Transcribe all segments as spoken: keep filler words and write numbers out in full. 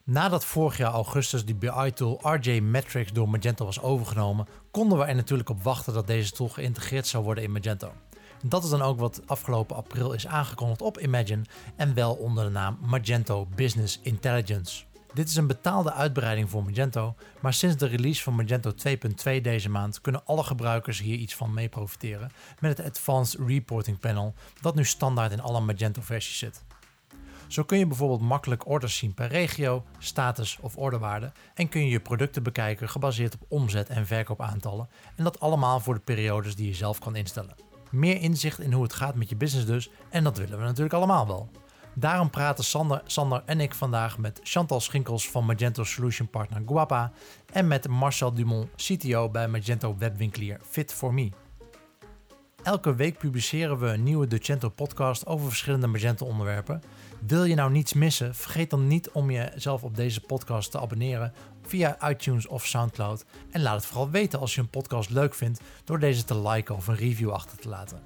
Nadat vorig jaar augustus de B I-tool R J Metrics door Magento was overgenomen, konden we er natuurlijk op wachten dat deze tool geïntegreerd zou worden in Magento. Dat is dan ook wat afgelopen april is aangekondigd op Imagine en wel onder de naam Magento Business Intelligence. Dit is een betaalde uitbreiding voor Magento, maar sinds de release van Magento twee punt twee deze maand kunnen alle gebruikers hier iets van mee profiteren met het Advanced Reporting Panel dat nu standaard in alle Magento versies zit. Zo kun je bijvoorbeeld makkelijk orders zien per regio, status of orderwaarde en kun je je producten bekijken gebaseerd op omzet en verkoopaantallen en dat allemaal voor de periodes die je zelf kan instellen. Meer inzicht in hoe het gaat met je business dus en dat willen we natuurlijk allemaal wel. Daarom praten Sander, Sander en ik vandaag met Chantal Schinkels van Magento Solution Partner Guapa en met Marcel Dumont, C T O bij Magento webwinkelier Fit for Me. Elke week publiceren we een nieuwe Docento podcast over verschillende Magento onderwerpen. Wil je nou niets missen? Vergeet dan niet om jezelf op deze podcast te abonneren via iTunes of Soundcloud. En laat het vooral weten als je een podcast leuk vindt door deze te liken of een review achter te laten.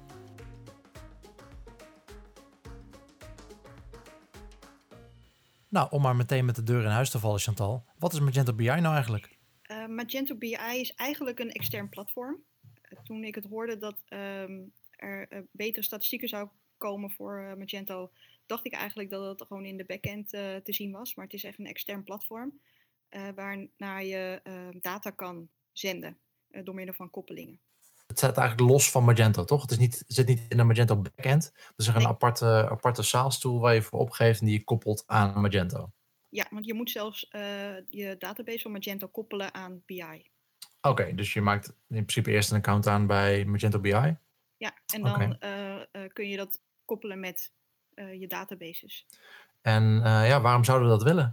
Nou, om maar meteen met de deur in huis te vallen, Chantal. Wat is Magento B I nou eigenlijk? Uh, Magento B I is eigenlijk een extern platform. Uh, toen ik het hoorde dat um, er uh, betere statistieken zou komen voor uh, Magento, dacht ik eigenlijk dat het gewoon in de backend uh, te zien was. Maar het is echt een extern platform uh, waarnaar je uh, data kan zenden uh, door middel van koppelingen. Het staat eigenlijk los van Magento, toch? Het is niet, het zit niet in de Magento backend. Het is een nee. aparte, aparte SaaS-tool waar je voor opgeeft en die je koppelt aan Magento. Ja, want je moet zelfs uh, je database van Magento koppelen aan B I. Oké, okay, dus je maakt in principe eerst een account aan bij Magento B I? Ja, en dan okay. uh, uh, kun je dat koppelen met uh, je databases. En uh, ja, waarom zouden we dat willen?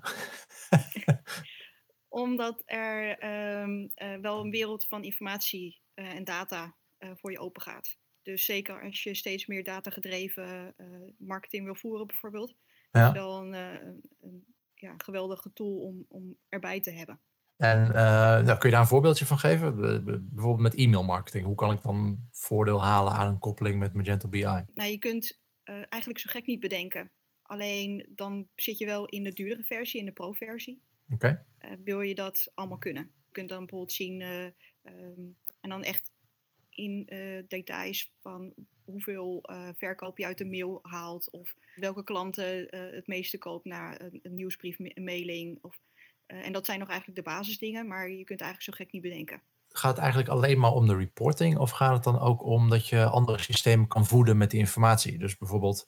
Omdat er um, uh, wel een wereld van informatie uh, en data uh, voor je open gaat. Dus zeker als je steeds meer datagedreven uh, marketing wil voeren bijvoorbeeld. Ja. Is wel een, uh, een ja, geweldige tool om, om erbij te hebben. En uh, nou, kun je daar een voorbeeldje van geven? Bijvoorbeeld met e-mail marketing. Hoe kan ik dan voordeel halen aan een koppeling met Magento B I? Nou, je kunt uh, eigenlijk zo gek niet bedenken. Alleen dan zit je wel in de duurdere versie, in de pro-versie. Oké. Okay. Uh, wil je dat allemaal kunnen? Je kunt dan bijvoorbeeld zien uh, um, en dan echt in uh, details van hoeveel uh, verkoop je uit de mail haalt of welke klanten uh, het meeste koopt naar een, een nieuwsbrief, een mailing. Of, uh, en dat zijn nog eigenlijk de basisdingen, maar je kunt eigenlijk zo gek niet bedenken. Gaat het eigenlijk alleen maar om de reporting of gaat het dan ook om dat je andere systemen kan voeden met die informatie? Dus bijvoorbeeld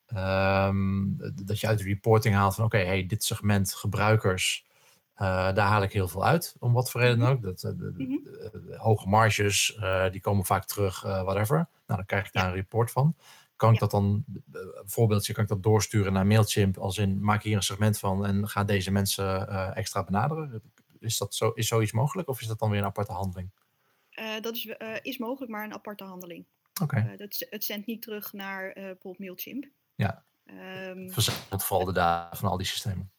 um, dat je uit de reporting haalt van oké, okay, hey, dit segment gebruikers, Uh, daar haal ik heel veel uit, om wat voor reden dan ook. Dat, uh, de, de, de, de hoge marges, uh, die komen vaak terug, uh, whatever. Nou, dan krijg ik daar ja. een report van. Kan ik ja. dat dan, uh, een voorbeeldje, kan ik dat doorsturen naar Mailchimp, als in, maak hier een segment van en ga deze mensen uh, extra benaderen? Is dat zo, is zoiets mogelijk of is dat dan weer een aparte handeling? Uh, dat is, uh, is mogelijk, maar een aparte handeling. Oké. Okay. Uh, dat, het zendt niet terug naar uh, bijvoorbeeld Mailchimp. Ja, um, verzamelt vooral de data van al die systemen.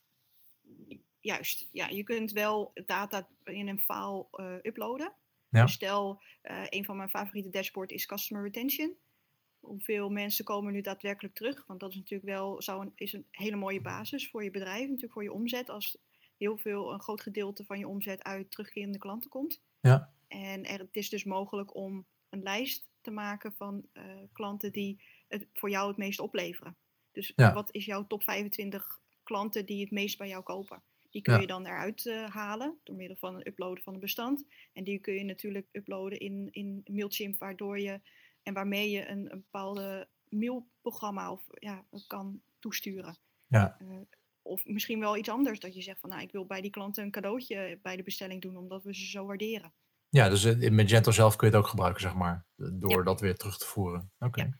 Juist, ja, je kunt wel data in een file uh, uploaden. Ja. Dus stel, uh, een van mijn favoriete dashboards is Customer Retention. Hoeveel mensen komen nu daadwerkelijk terug? Want dat is natuurlijk wel zo een, is een hele mooie basis voor je bedrijf, natuurlijk voor je omzet. Als heel veel, een groot gedeelte van je omzet uit terugkerende klanten komt. Ja. En er, het is dus mogelijk om een lijst te maken van uh, klanten die het voor jou het meest opleveren. Dus ja. wat is jouw top vijfentwintig klanten die het meest bij jou kopen? Die kun je ja. dan eruit uh, halen door middel van het uploaden van een bestand. En die kun je natuurlijk uploaden in, in Mailchimp, waardoor je en waarmee je een, een bepaalde mailprogramma of, ja, kan toesturen. Ja. Uh, of misschien wel iets anders, dat je zegt van nou, ik wil bij die klanten een cadeautje bij de bestelling doen, omdat we ze zo waarderen. Ja, dus in Magento zelf kun je het ook gebruiken, zeg maar, door ja. dat weer terug te voeren. Oké. Okay. Ja.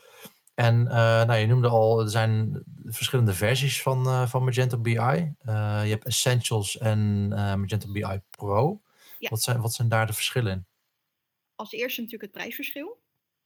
En uh, nou, je noemde al, er zijn verschillende versies van, uh, van Magento B I. Uh, je hebt Essentials en uh, Magento B I Pro. Ja. Wat, zijn, wat zijn daar de verschillen in? Als eerste natuurlijk het prijsverschil.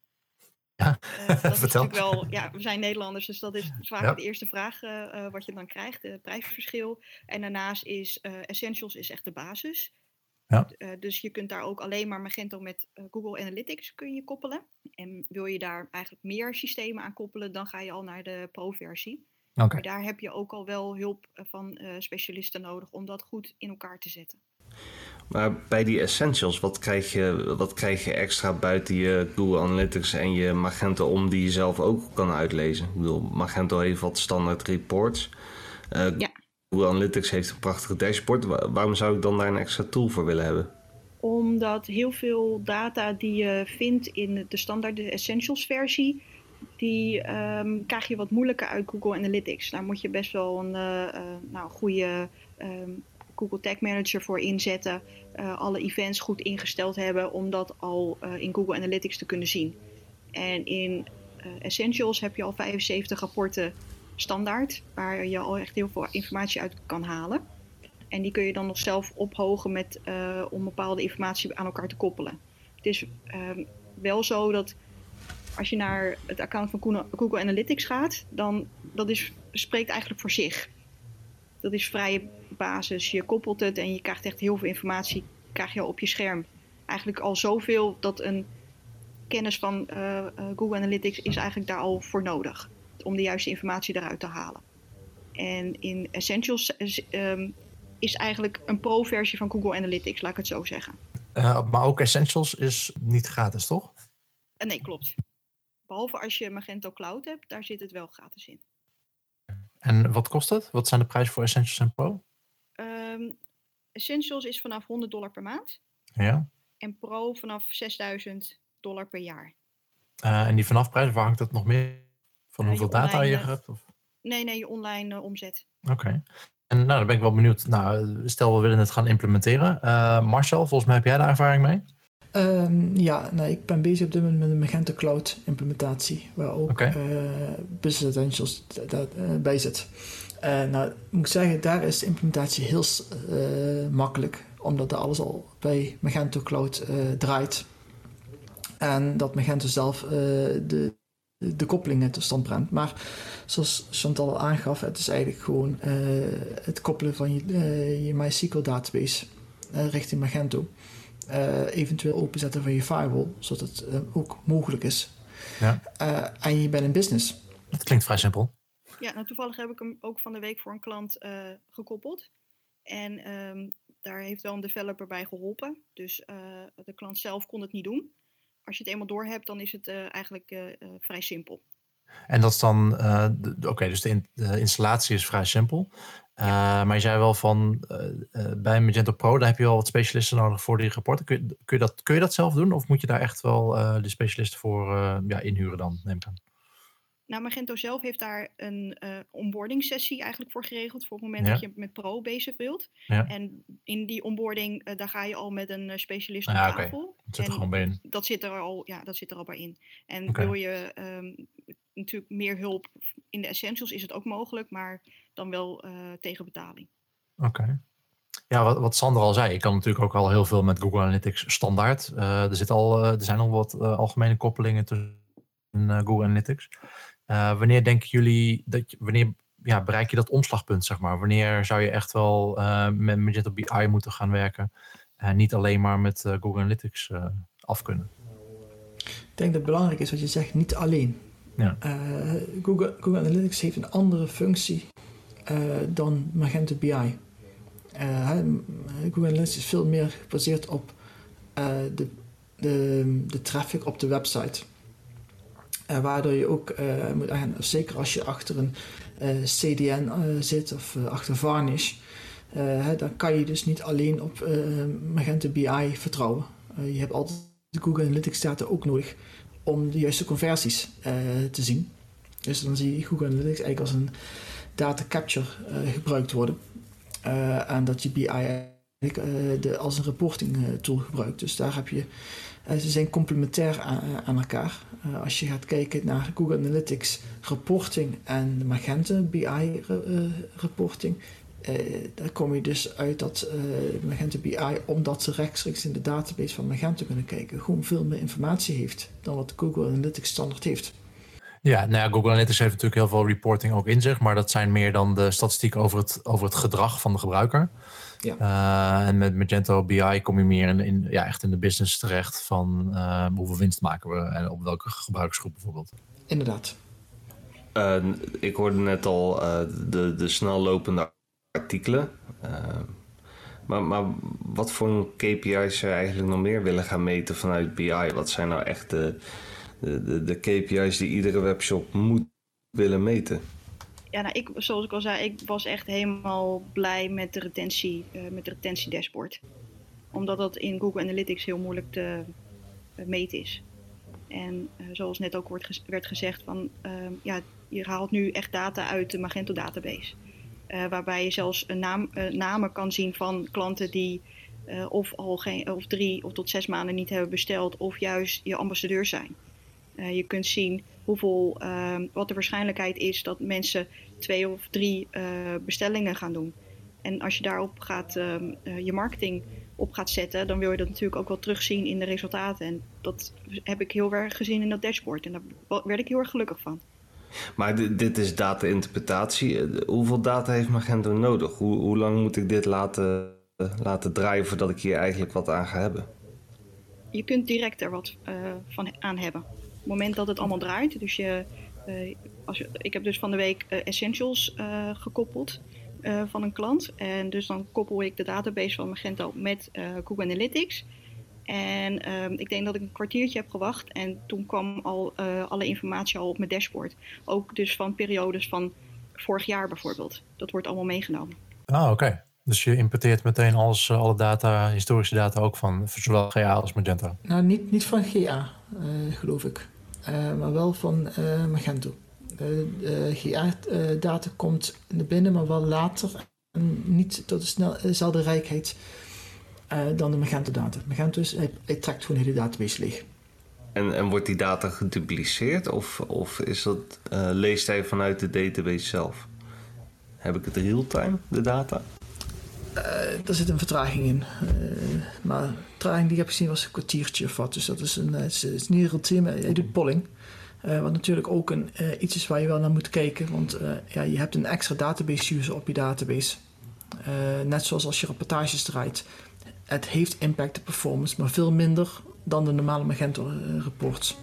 Ja, uh, dat is natuurlijk wel, ja, we zijn Nederlanders, dus dat is vaak ja. de eerste vraag uh, wat je dan krijgt, het prijsverschil. En daarnaast is uh, Essentials is echt de basis. Ja. Uh, dus je kunt daar ook alleen maar Magento met uh, Google Analytics kun je koppelen. En wil je daar eigenlijk meer systemen aan koppelen, dan ga je al naar de Pro-versie. Okay. Maar daar heb je ook al wel hulp van uh, specialisten nodig om dat goed in elkaar te zetten. Maar bij die essentials, wat krijg je, wat krijg je extra buiten je Google Analytics en je Magento om die je zelf ook kan uitlezen? Ik bedoel, Magento heeft wat standaard reports. Uh, ja. Google Analytics heeft een prachtige dashboard. Waarom zou ik dan daar een extra tool voor willen hebben? Omdat heel veel data die je vindt in de standaard de essentials versie, die um, krijg je wat moeilijker uit Google Analytics. Daar moet je best wel een uh, uh, nou, goede um, Google Tag Manager voor inzetten. Uh, alle events goed ingesteld hebben om dat al uh, in Google Analytics te kunnen zien. En in uh, Essentials heb je al vijfenzeventig rapporten standaard, waar je al echt heel veel informatie uit kan halen. En die kun je dan nog zelf ophogen met, uh, om bepaalde informatie aan elkaar te koppelen. Het is uh, wel zo dat als je naar het account van Google Analytics gaat, dan dat is, spreekt eigenlijk voor zich. Dat is vrije basis. Je koppelt het en je krijgt echt heel veel informatie krijg je op je scherm. Eigenlijk al zoveel dat een kennis van uh, uh, Google Analytics is eigenlijk daar al voor nodig. Om de juiste informatie eruit te halen. En in Essentials um, is eigenlijk een pro-versie van Google Analytics, laat ik het zo zeggen. Uh, maar ook Essentials is niet gratis, toch? Uh, nee, klopt. Behalve als je Magento Cloud hebt, daar zit het wel gratis in. En wat kost het? Wat zijn de prijzen voor Essentials en Pro? Um, Essentials is vanaf honderd dollar per maand. Ja. En Pro vanaf zesduizend dollar per jaar. Uh, en die vanafprijs, waar hangt dat nog meer? Van uh, hoeveel je data je hebt? Of? Nee, nee, je online uh, omzet. Oké. Okay. En nou, dan ben ik wel benieuwd. Nou, stel we willen het gaan implementeren. Uh, Marcel, volgens mij heb jij daar ervaring mee? Um, ja, nou, ik ben bezig op dit moment met een Magento Cloud implementatie, waar ook okay. uh, Business Essentials uh, bij zit. Uh, nou, moet ik zeggen, daar is de implementatie heel uh, makkelijk, omdat er alles al bij Magento Cloud uh, draait. En dat Magento zelf uh, de, de koppelingen tot stand brengt. Maar zoals Chantal al aangaf, het is eigenlijk gewoon uh, het koppelen van je, uh, je MySQL database uh, richting Magento. Uh, eventueel openzetten van je firewall, zodat het uh, ook mogelijk is. Ja. Uh, en je bent in business. Dat klinkt vrij simpel. Ja, nou toevallig heb ik hem ook van de week voor een klant uh, gekoppeld. En um, daar heeft wel een developer bij geholpen. Dus uh, de klant zelf kon het niet doen. Als je het eenmaal door hebt, dan is het uh, eigenlijk uh, uh, vrij simpel. En dat is dan, uh, Oké, okay, dus de, in, de installatie is vrij simpel. Uh, ja. Maar je zei wel van, uh, uh, bij Magento Pro, daar heb je wel wat specialisten nodig voor die rapporten. Kun je, kun je, dat, kun je dat zelf doen? Of moet je daar echt wel uh, de specialisten voor uh, ja, inhuren dan, neem ik aan? Nou, Magento zelf heeft daar een uh, onboarding sessie eigenlijk voor geregeld. Voor het moment ja. dat je met Pro bezig wilt. Ja. En in die onboarding, uh, daar ga je al met een uh, specialist ja, op tafel. Okay. Dat zit er en gewoon bij in. Dat zit er al, ja, dat zit er al bij in. En okay. wil je um, natuurlijk meer hulp in de essentials, is het ook mogelijk. Maar dan wel uh, tegen betaling. Oké. Okay. Ja, wat, wat Sander al zei, ik kan natuurlijk ook al heel veel met Google Analytics standaard. Uh, er, zit al, uh, er zijn al wat uh, algemene koppelingen tussen uh, Google Analytics. Uh, wanneer denken jullie dat je, wanneer ja, bereik je dat omslagpunt, zeg maar? Wanneer zou je echt wel uh, met Magento B I moeten gaan werken en niet alleen maar met uh, Google Analytics uh, af kunnen? Ik denk dat het belangrijk is wat je zegt, niet alleen. Ja. Uh, Google, Google Analytics heeft een andere functie uh, dan Magento B I. Uh, Google Analytics is veel meer gebaseerd op uh, de, de, de traffic op de website. Uh, waardoor je ook uh, moet gaan, zeker als je achter een uh, C D N uh, zit of uh, achter Varnish, uh, dan kan je dus niet alleen op uh, Magento B I vertrouwen. Uh, je hebt altijd de Google Analytics data ook nodig om de juiste conversies uh, te zien. Dus dan zie je Google Analytics eigenlijk als een data capture uh, gebruikt worden. Uh, en dat je B I eigenlijk uh, de, als een reporting uh, tool gebruikt. Dus daar heb je Uh, ze zijn complementair aan, aan elkaar. Uh, als je gaat kijken naar Google Analytics reporting en de Magento B I re, uh, reporting, uh, daar kom je dus uit dat uh, Magento B I, omdat ze rechtstreeks in de database van Magento kunnen kijken, gewoon veel meer informatie heeft dan wat Google Analytics standaard heeft. Ja, nou ja, Google Analytics heeft natuurlijk heel veel reporting ook in zich, maar dat zijn meer dan de statistieken over het, over het gedrag van de gebruiker. Ja. Uh, en met Magento B I kom je meer in, in, ja, echt in de business terecht van uh, hoeveel winst maken we en op welke gebruikersgroep bijvoorbeeld. Inderdaad. Uh, ik hoorde net al uh, de, de snel lopende artikelen. Uh, maar, maar wat voor K P I's zou je eigenlijk nog meer willen gaan meten vanuit B I? Wat zijn nou echt de, de, de, de K P I's die iedere webshop moet willen meten? Ja, nou, ik, zoals ik al zei, ik was echt helemaal blij met de retentie, uh, met de retentie dashboard. Omdat dat in Google Analytics heel moeilijk te uh, meten is. En uh, zoals net ook wordt gez- werd gezegd, van, uh, ja, je haalt nu echt data uit de Magento database. Uh, waarbij je zelfs een naam, uh, namen kan zien van klanten die uh, of al geen, of drie of tot zes maanden niet hebben besteld, of juist je ambassadeur zijn. Uh, je kunt zien hoeveel, uh, wat de waarschijnlijkheid is dat mensen twee of drie uh, bestellingen gaan doen. En als je daarop gaat, uh, uh, je marketing op gaat zetten, dan wil je dat natuurlijk ook wel terugzien in de resultaten. En dat heb ik heel erg gezien in dat dashboard. En daar werd ik heel erg gelukkig van. Maar dit, dit is data-interpretatie. Hoeveel data heeft Magento nodig? Hoe, hoe lang moet ik dit laten, laten draaien voordat ik hier eigenlijk wat aan ga hebben? Je kunt direct er wat uh, van aan hebben. Op het moment dat het allemaal draait. Dus je, uh, als je, ik heb dus van de week uh, Essentials uh, gekoppeld uh, van een klant. En dus dan koppel ik de database van Magento met uh, Google Analytics. En uh, ik denk dat ik een kwartiertje heb gewacht. En toen kwam al uh, alle informatie al op mijn dashboard. Ook dus van periodes van vorig jaar bijvoorbeeld. Dat wordt allemaal meegenomen. Ah, oké. Okay. Dus je importeert meteen alles, alle data, historische data ook van zowel G A als Magento? Nou, niet, niet van G A, uh, geloof ik. Uh, maar wel van uh, Magento. De uh, G A-data uh, komt naar binnen, maar wel later. En niet tot snel, dezelfde rijkheid uh, dan de Magento-data. Magento is, hij, hij trekt gewoon de hele database leeg. En, en wordt die data gedupliceerd? Of, of is dat, uh, leest hij vanuit de database zelf? Heb ik het real-time, de data? Uh, daar zit een vertraging in. Uh, maar de vertraging die ik heb gezien was een kwartiertje of wat. Dus dat is, een, het is, het is niet real-time. Hij doet polling. Uh, wat natuurlijk ook een, uh, iets is waar je wel naar moet kijken. Want uh, ja, je hebt een extra database user op je database. Uh, net zoals als je rapportages draait. Het heeft impact op performance, maar veel minder dan de normale Magento uh, reports.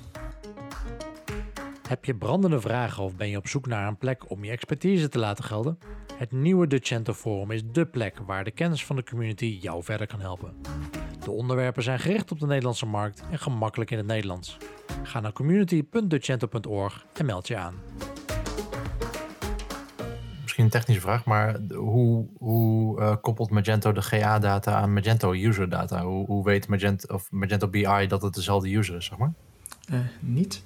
Heb je brandende vragen of ben je op zoek naar een plek om je expertise te laten gelden? Het nieuwe Docento Forum is dé plek waar de kennis van de community jou verder kan helpen. De onderwerpen zijn gericht op de Nederlandse markt en gemakkelijk in het Nederlands. Ga naar community punt docento punt org en meld je aan. Misschien een technische vraag, maar hoe, hoe uh, koppelt Magento de G A-data aan Magento user-data? Hoe, hoe weet Magento, of Magento B I dat het dezelfde user is, zeg maar? Uh, niet.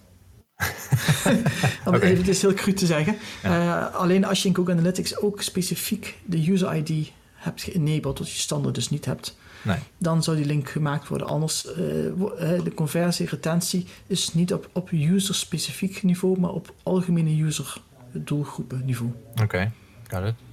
Om okay. Even dus heel cru te zeggen. Ja. Uh, alleen als je in Google Analytics ook specifiek de user I D hebt geënabled, wat je standaard dus niet hebt, nee. Dan zou die link gemaakt worden. Anders, uh, de conversie, retentie is niet op, op user-specifiek niveau, maar op algemene user-doelgroepen niveau. Oké, okay. Got it.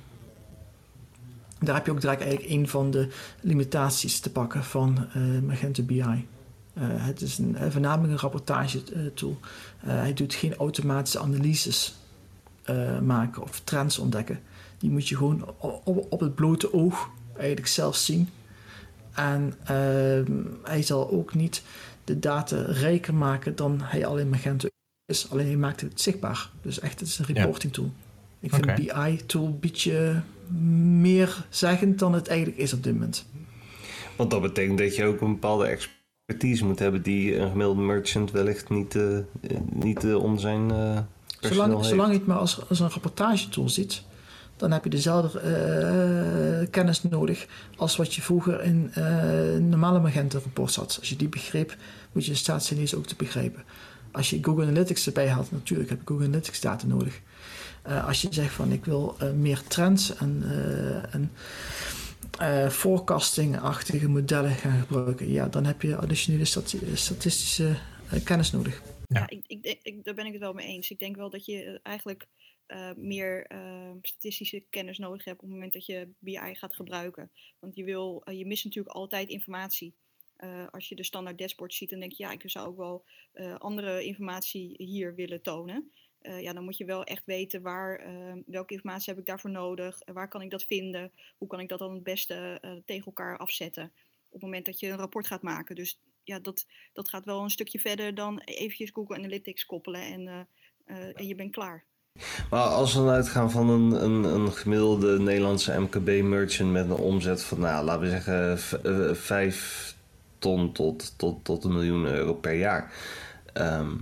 Daar heb je ook direct eigenlijk een van de limitaties te pakken van uh, Magento B I. Uh, het is een, uh, voornamelijk een rapportage-tool. Uh, hij doet geen automatische analyses uh, maken of trends ontdekken. Die moet je gewoon op, op het blote oog eigenlijk zelf zien. En uh, hij zal ook niet de data rijker maken dan hij al in Magento is. Alleen hij maakt het zichtbaar. Dus echt, het is een reporting tool. Ik vind okay. de B I-tool een beetje meer zeggend dan het eigenlijk is op dit moment. Want dat betekent dat je ook een bepaalde expertise moet hebben die een gemiddelde merchant wellicht niet, uh, niet uh, om zijn uh, zolang, heeft. Zolang je het maar als, als een rapportagetool ziet, dan heb je dezelfde uh, kennis nodig als wat je vroeger in uh, normale Magento reports had. Als je die begreep, moet je in staat zijn deze ook te begrijpen. Als je Google Analytics erbij haalt, natuurlijk heb je Google Analytics data nodig. Uh, als je zegt van ik wil uh, meer trends en, uh, en uh, forecasting-achtige modellen gaan gebruiken, ja, dan heb je additionele stati- statistische uh, kennis nodig. Ja, ja ik, ik, ik, daar ben ik het wel mee eens. Ik denk wel dat je uh, eigenlijk uh, meer uh, statistische kennis nodig hebt op het moment dat je B I gaat gebruiken. Want je, wil, uh, je mist natuurlijk altijd informatie. Uh, als je de standaard dashboard ziet, dan denk je, ja, ik zou ook wel uh, andere informatie hier willen tonen. Uh, ja, dan moet je wel echt weten waar, uh, welke informatie heb ik daarvoor nodig, uh, waar kan ik dat vinden, hoe kan ik dat dan het beste uh, tegen elkaar afzetten op het moment dat je een rapport gaat maken. Dus ja, dat, dat gaat wel een stukje verder dan eventjes Google Analytics koppelen en, uh, uh, en je bent klaar. Maar als we dan uitgaan van een, een, een gemiddelde Nederlandse M K B-merchant met een omzet van, nou, laten we zeggen, v- uh, vijf ton tot, tot, tot een miljoen euro per jaar. Um,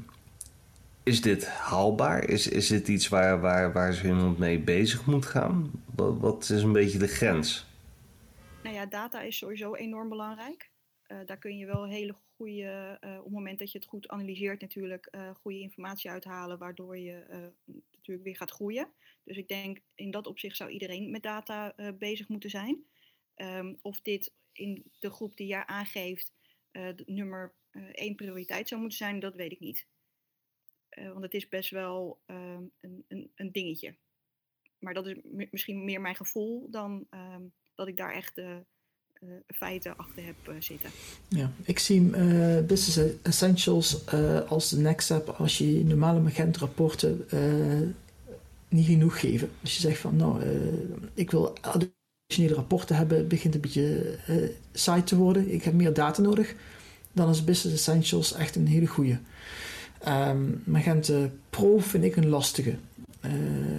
is dit haalbaar? Is, is dit iets waar, waar, waar zo iemand mee bezig moet gaan? Wat, wat is een beetje de grens? Nou ja, data is sowieso enorm belangrijk. Uh, daar kun je wel hele goede, uh, op het moment dat je het goed analyseert natuurlijk, uh, goede informatie uithalen, waardoor je uh, natuurlijk weer gaat groeien. Dus ik denk, in dat opzicht zou iedereen met data uh, bezig moeten zijn. Um, of dit in de groep die jij aangeeft uh, nummer uh, één prioriteit zou moeten zijn, dat weet ik niet. Uh, want het is best wel um, een, een, een dingetje. Maar dat is m- misschien meer mijn gevoel dan um, dat ik daar echt de uh, feiten achter heb uh, zitten. Ja, ik zie uh, Business Essentials uh, als de next step als je normale Magento rapporten uh, niet genoeg geven. Als je zegt van nou, uh, ik wil additionele rapporten hebben, begint een beetje uh, saai te worden. Ik heb meer data nodig. Dan is Business Essentials echt een hele goede. Um, Magento Pro vind ik een lastige. Uh,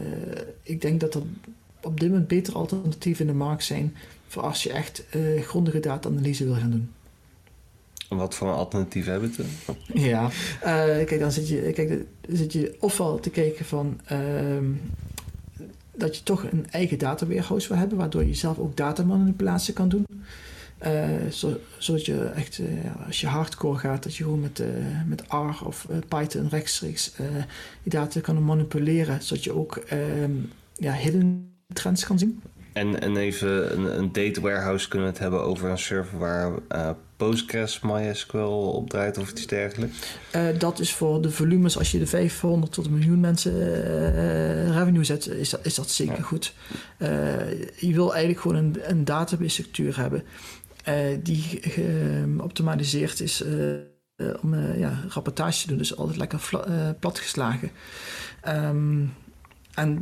ik denk dat er op dit moment betere alternatieven in de markt zijn voor als je echt uh, grondige data-analyse wil gaan doen. Wat voor een alternatief hebben we? Ja, uh, kijk, dan zit je, kijk, dan zit je ofwel te kijken van uh, dat je toch een eigen data warehouse wil hebben, waardoor je zelf ook datamanipulatie kan doen. Uh, zo, zodat je echt, uh, ja, als je hardcore gaat, dat je gewoon met, uh, met R of uh, Python rechtstreeks uh, die data kan manipuleren, zodat je ook uh, ja, hidden trends kan zien. En, en even een, een data warehouse kunnen we het hebben over een server waar uh, Postgres, MySQL op draait of iets dergelijks? Uh, dat is voor de volumes, als je de vijfhonderd tot een miljoen mensen uh, revenue zet, is dat, is dat zeker ja. goed. Uh, je wil eigenlijk gewoon een, een database structuur hebben uh, die geoptimaliseerd is uh, uh, om uh, ja, rapportage te doen. Dus altijd lekker vla, uh, platgeslagen. Um, en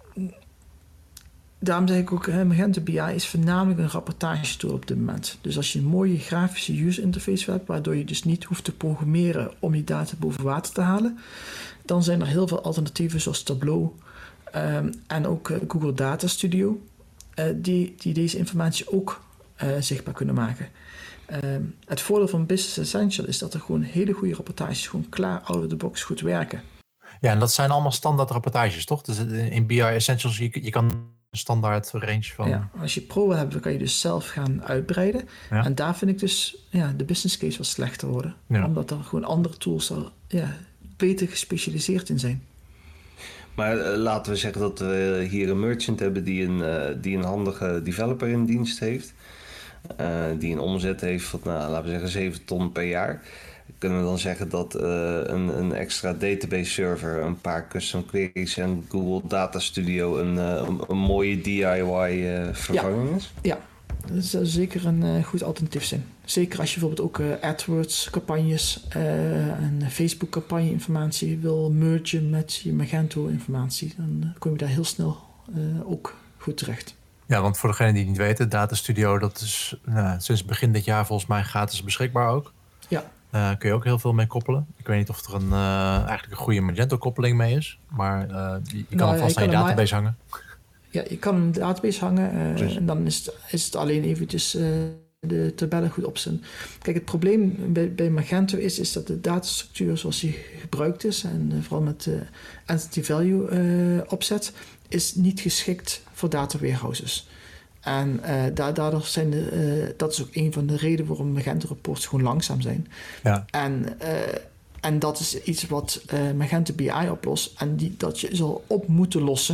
daarom zeg ik ook, Magento B I is voornamelijk een rapportage-tool op dit moment. Dus als je een mooie grafische user interface hebt, waardoor je dus niet hoeft te programmeren om je data boven water te halen, dan zijn er heel veel alternatieven zoals Tableau um, en ook uh, Google Data Studio, uh, die, die deze informatie ook uh, zichtbaar kunnen maken. Um, het voordeel van Business Essential is dat er gewoon hele goede rapportages gewoon klaar out of the box goed werken. Ja, en dat zijn allemaal standaard rapportages, toch? Dus in B I Essentials, je, je kan een standaard range van... Ja, als je Pro wil hebben, kan je dus zelf gaan uitbreiden. Ja. En daar vind ik dus ja, de business case wat slechter worden. Ja. Omdat er gewoon andere tools al ja, beter gespecialiseerd in zijn. Maar uh, laten we zeggen dat we hier een merchant hebben die een, uh, die een handige developer in dienst heeft. Uh, die een omzet heeft van, nou, laten we zeggen, zeven ton per jaar. Kunnen we dan zeggen dat uh, een, een extra database server, een paar custom queries en Google Data Studio een, uh, een, een mooie D I Y uh, vervanging ja. is? Ja, dat zou zeker een uh, goed alternatief zijn. Zeker als je bijvoorbeeld ook uh, AdWords campagnes uh, en Facebook campagne informatie wil mergen met je Magento informatie. Dan kom je daar heel snel uh, ook goed terecht. Ja, want voor degenen die het niet weten, Data Studio, dat is nou, sinds begin dit jaar volgens mij gratis beschikbaar ook. Ja. Uh, kun je ook heel veel mee koppelen. Ik weet niet of er een, uh, eigenlijk een goede Magento-koppeling mee is. Maar uh, je, je kan nou, hem vast aan je database maar... hangen. Ja, je kan een database hangen. Uh, en dan is het, is het alleen eventjes uh, de tabellen goed opzetten. Kijk, het probleem bij, bij Magento is, is dat de datastructuur zoals die gebruikt is, en uh, vooral met de entity value uh, opzet, is niet geschikt voor data warehouses. En uh, daardoor zijn de, uh, dat is ook een van de redenen waarom Magento reports gewoon langzaam zijn. Ja. En, uh, en dat is iets wat uh, Magento B I oplost en die, dat je zal op moeten lossen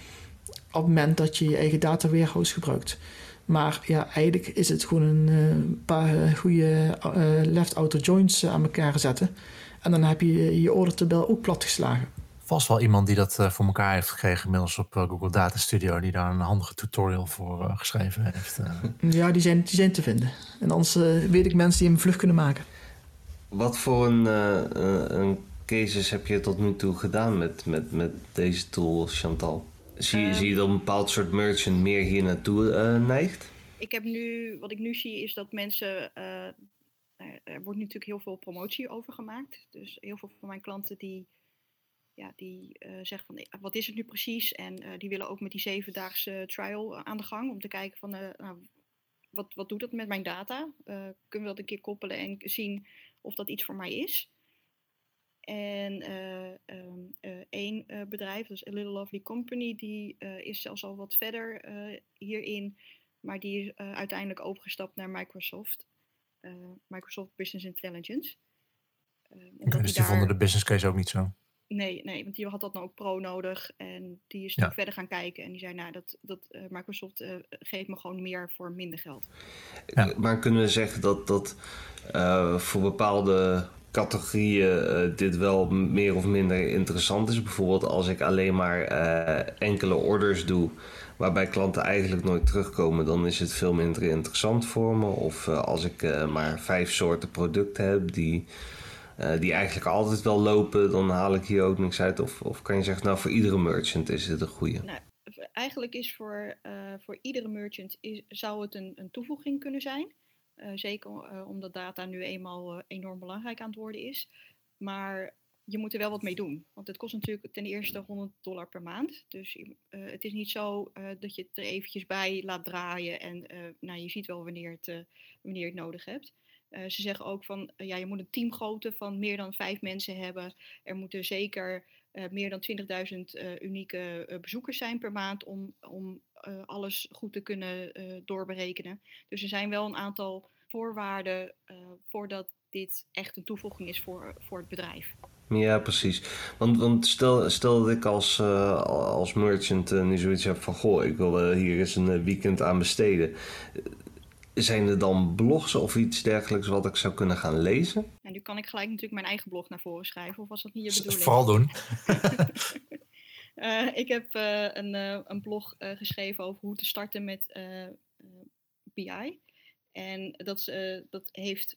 op het moment dat je je eigen data warehouse gebruikt. Maar ja, eigenlijk is het gewoon een uh, paar goede uh, left-outer joins uh, aan elkaar zetten. En dan heb je je ordertabel ook platgeslagen. Vast wel iemand die dat uh, voor elkaar heeft gekregen inmiddels op uh, Google Data Studio, die daar een handige tutorial voor uh, geschreven heeft. Uh. Ja, die zijn, die zijn te vinden. En anders uh, weet ik mensen die hem vlug kunnen maken. Wat voor een, uh, een cases heb je tot nu toe gedaan met, met, met deze tool, Chantal? Zie, um, zie je dat een bepaald soort merchant meer hier naartoe uh, neigt? Ik heb nu, wat ik nu zie is dat mensen, uh, er wordt natuurlijk heel veel promotie over gemaakt. Dus heel veel van mijn klanten die ja, die uh, zegt van wat is het nu precies? En uh, die willen ook met die zevendaagse trial aan de gang om te kijken van uh, nou, wat, wat doet dat met mijn data? Uh, kunnen we dat een keer koppelen en zien of dat iets voor mij is? En uh, um, uh, één uh, bedrijf, dus A Little Lovely Company, die uh, is zelfs al wat verder uh, hierin, maar die is uh, uiteindelijk overgestapt naar Microsoft, uh, Microsoft Business Intelligence. Uh, okay, dus die daar... vonden de business case ook niet zo? Nee, nee, want die had dat dan ook pro nodig en die is toen ja. verder gaan kijken en die zei, nou, dat, dat uh, Microsoft uh, geeft me gewoon meer voor minder geld. Ja. Maar kunnen we zeggen dat, dat uh, voor bepaalde categorieën uh, dit wel meer of minder interessant is? Bijvoorbeeld als ik alleen maar uh, enkele orders doe waarbij klanten eigenlijk nooit terugkomen, dan is het veel minder interessant voor me. Of uh, als ik uh, maar vijf soorten producten heb die... Uh, die eigenlijk altijd wel lopen, dan haal ik hier ook niks uit. Of, of kan je zeggen, nou voor iedere merchant is dit een goede? Nou, eigenlijk is voor, uh, voor iedere merchant is, zou het een, een toevoeging kunnen zijn. Uh, zeker uh, omdat data nu eenmaal uh, enorm belangrijk aan het worden is. Maar je moet er wel wat mee doen. Want het kost natuurlijk ten eerste honderd dollar per maand. Dus uh, het is niet zo uh, dat je het er eventjes bij laat draaien. En uh, nou, je ziet wel wanneer het, uh, wanneer je het nodig hebt. Uh, ze zeggen ook van, uh, ja, je moet een teamgrootte van meer dan vijf mensen hebben. Er moeten zeker uh, meer dan twintigduizend uh, unieke uh, bezoekers zijn per maand om, om uh, alles goed te kunnen uh, doorberekenen. Dus er zijn wel een aantal voorwaarden uh, voordat dit echt een toevoeging is voor, voor het bedrijf. Ja, precies. Want, want stel, stel dat ik als, uh, als merchant uh, nu zoiets heb van, goh, ik wil uh, hier eens een weekend aan besteden. Zijn er dan blogs of iets dergelijks wat ik zou kunnen gaan lezen? Nou, nu kan ik gelijk natuurlijk mijn eigen blog naar voren schrijven. Of was dat niet je bedoeling? Vooral doen. uh, ik heb uh, een, uh, een blog uh, geschreven over hoe te starten met uh, uh, B I. En dat, uh, dat heeft,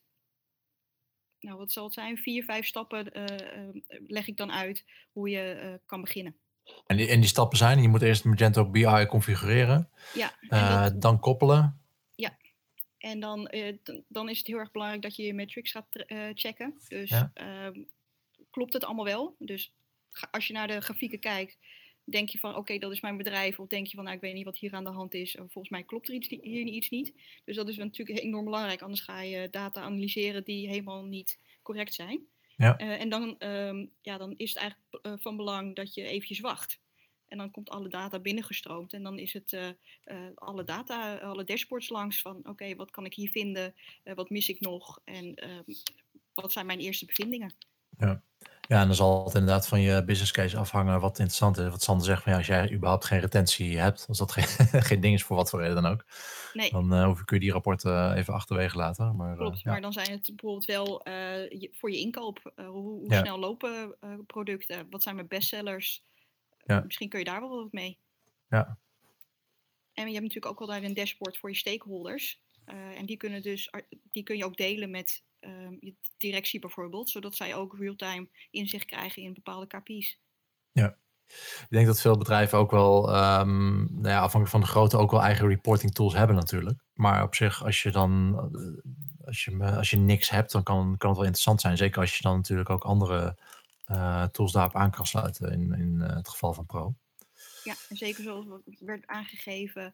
nou wat zal het zijn, vier, vijf stappen uh, uh, leg ik dan uit hoe je uh, kan beginnen. En die, en die stappen zijn, je moet eerst Magento B I configureren. Ja. Uh, dat... Dan koppelen. Ja. En dan, uh, d- dan is het heel erg belangrijk dat je je metrics gaat uh, checken. Dus ja. uh, klopt het allemaal wel? Dus ga, als je naar de grafieken kijkt, denk je van oké, okay, dat is mijn bedrijf. Of denk je van nou, ik weet niet wat hier aan de hand is. Volgens mij klopt er iets, hier iets niet. Dus dat is natuurlijk enorm belangrijk. Anders ga je data analyseren die helemaal niet correct zijn. Ja. Uh, en dan, um, ja, dan is het eigenlijk uh, van belang dat je eventjes wacht. En dan komt alle data binnengestroomd. En dan is het uh, uh, alle data, alle dashboards langs van oké, okay, wat kan ik hier vinden? Uh, wat mis ik nog? En uh, wat zijn mijn eerste bevindingen? Ja. ja, en dan zal het inderdaad van je business case afhangen wat interessant is. Wat Sander zegt, van ja, als jij überhaupt geen retentie hebt, als dat geen, geen ding is voor wat voor reden dan ook, nee. dan uh, hoef, kun je die rapporten even achterwege laten. Maar, Klopt, uh, ja. maar dan zijn het bijvoorbeeld wel uh, je, voor je inkoop. Uh, hoe hoe ja. snel lopen uh, producten? Wat zijn mijn bestsellers? Ja. Misschien kun je daar wel wat mee. Ja. En je hebt natuurlijk ook altijd een dashboard voor je stakeholders. Uh, en die, kunnen dus, die kun je ook delen met uh, je directie bijvoorbeeld. Zodat zij ook real-time inzicht krijgen in bepaalde K P I's. Ja. Ik denk dat veel bedrijven ook wel, um, nou ja, afhankelijk van de grootte, ook wel eigen reporting tools hebben natuurlijk. Maar op zich, als je dan, als je, als je niks hebt, dan kan, kan het wel interessant zijn. Zeker als je dan natuurlijk ook andere uh, tools daarop aan kan sluiten in, in uh, het geval van Pro. Ja, en zeker zoals werd aangegeven,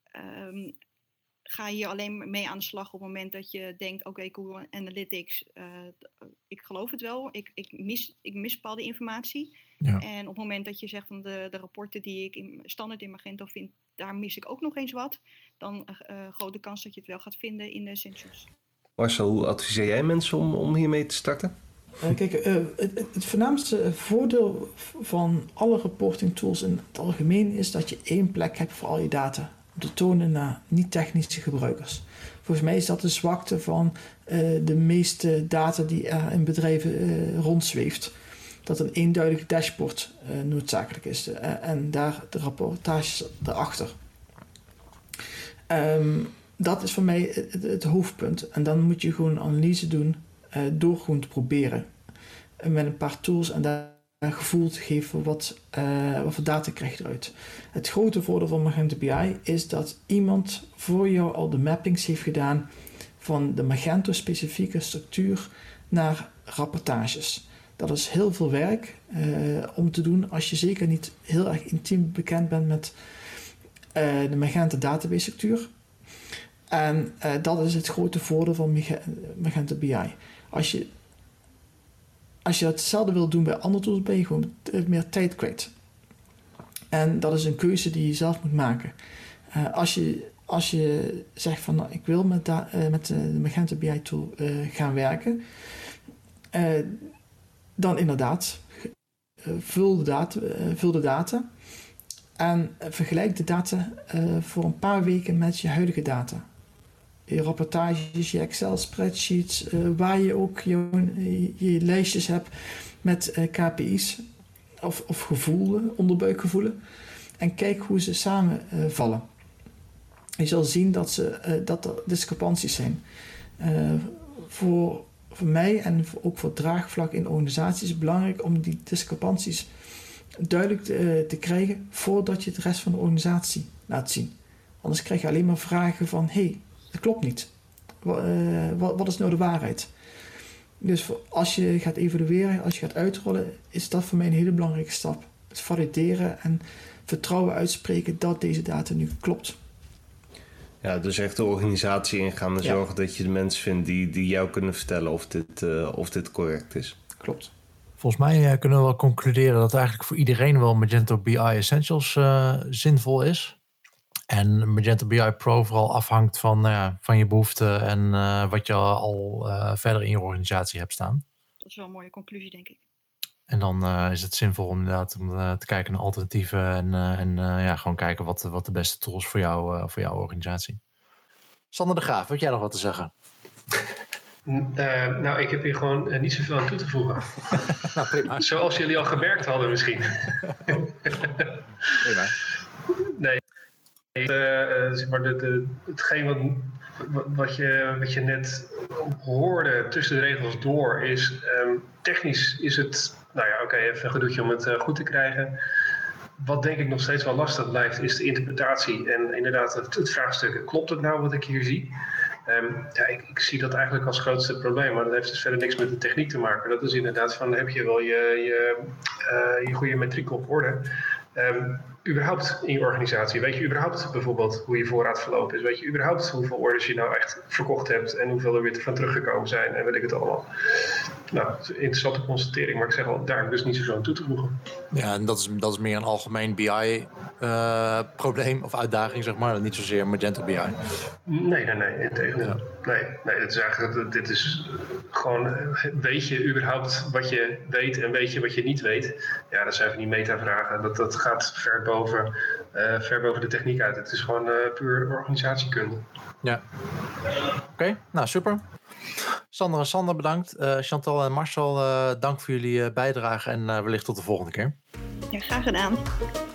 um, ga je hier alleen mee aan de slag op het moment dat je denkt, oké, okay, Google Analytics, uh, ik geloof het wel, ik, ik, mis, ik mis bepaalde informatie. Ja. En op het moment dat je zegt van de, de rapporten die ik in, standaard in Magento vind, daar mis ik ook nog eens wat, dan uh, grote kans dat je het wel gaat vinden in de Essentials. Marcel, hoe adviseer jij mensen om, om hiermee te starten? Uh, kijk, uh, het, het voornaamste voordeel van alle reporting tools in het algemeen is dat je één plek hebt voor al je data. Om te tonen naar niet-technische gebruikers. Volgens mij is dat de zwakte van uh, de meeste data die er in bedrijven uh, rondzweeft. Dat een eenduidig dashboard uh, noodzakelijk is. Uh, en daar de rapportages erachter. Um, dat is voor mij het, het hoofdpunt. En dan moet je gewoon een analyse doen uh, door gewoon te proberen. Uh, met een paar tools en daar een gevoel te geven wat, uh, wat voor data krijg je eruit. Het grote voordeel van Magento B I is dat iemand voor jou al de mappings heeft gedaan van de Magento specifieke structuur naar rapportages. Dat is heel veel werk uh, om te doen als je zeker niet heel erg intiem bekend bent met uh, de Magento database structuur. En uh, dat is het grote voordeel van Magento B I. Als je, als je hetzelfde wil doen bij andere tools, ben je gewoon meer tijd kwijt. En dat is een keuze die je zelf moet maken. Uh, als je Als je zegt van nou, ik wil met, da- uh, met de Magento B I tool uh, gaan werken, uh, dan inderdaad uh, vul, de data, uh, vul de data en uh, vergelijk de data uh, voor een paar weken met je huidige data. Je rapportages, je Excel spreadsheets, uh, waar je ook je, je lijstjes hebt met uh, K P I's of, of gevoelen, onderbuikgevoelen. En kijk hoe ze samenvallen. Uh, Je zal zien dat, ze, uh, dat er discrepanties zijn. Uh, voor, voor mij en voor, ook voor draagvlak in organisaties is het belangrijk om die discrepanties duidelijk te, uh, te krijgen voordat je het rest van de organisatie laat zien. Anders krijg je alleen maar vragen van, hé, hey, dat klopt niet. Wat, uh, wat, wat is nou de waarheid? Dus voor, als je gaat evalueren, als je gaat uitrollen, is dat voor mij een hele belangrijke stap. Het valideren en vertrouwen uitspreken dat deze data nu klopt. Ja, dus echt de organisatie ingaan en ja. zorgen dat je de mensen vindt die, die jou kunnen vertellen of dit, uh, of dit correct is. Klopt. Volgens mij uh, kunnen we wel concluderen dat eigenlijk voor iedereen wel Magento B I Essentials uh, zinvol is. En Magento B I Pro vooral afhangt van, uh, van je behoeften en uh, wat je al uh, verder in je organisatie hebt staan. Dat is wel een mooie conclusie, denk ik. En dan uh, is het zinvol om inderdaad om, uh, te kijken naar alternatieven en, uh, en uh, ja, gewoon kijken wat, wat de beste tools voor jou, uh, voor jouw organisatie. Sander de Graaf, heb jij nog wat te zeggen? Uh, nou, ik heb hier gewoon uh, niet zoveel aan toe te voegen. Nou, prima. Zoals jullie al gemerkt hadden misschien. Prima. Nee, uh, uh, zeg maar de, de, hetgeen wat, wat, je, wat je net hoorde tussen de regels door is, um, technisch is het, nou ja, oké, okay, even een gedoetje om het uh, goed te krijgen. Wat denk ik nog steeds wel lastig blijft, is de interpretatie. En inderdaad, het, het vraagstuk, klopt het nou wat ik hier zie? Um, ja, ik, ik zie dat eigenlijk als grootste probleem, maar dat heeft dus verder niks met de techniek te maken. Dat is inderdaad van, heb je wel je, je, uh, je goede metriek op orde? Um, überhaupt in je organisatie, weet je überhaupt bijvoorbeeld hoe je voorraad verlopen is? Weet je überhaupt hoeveel orders je nou echt verkocht hebt en hoeveel er weer van teruggekomen zijn en weet ik het allemaal? Nou, interessante constatering, maar ik zeg al, daar heb ik dus niet zoveel aan toe te voegen. Ja, en dat is, dat is meer een algemeen B I-probleem uh, of uitdaging, zeg maar, niet zozeer Magento B I. Nee, nee, nee, integendeel. Ja. Nee, nee, dit is eigenlijk, dit is gewoon, weet je überhaupt wat je weet en weet je wat je niet weet? Ja, dat zijn van die metavragen, dat, dat gaat ver boven, uh, ver boven de techniek uit. Het is gewoon uh, puur organisatiekunde. Ja. Oké, okay, nou super. Sander en Sander bedankt. Uh, Chantal en Marcel, uh, dank voor jullie uh, bijdrage en uh, wellicht tot de volgende keer. Ja, graag gedaan.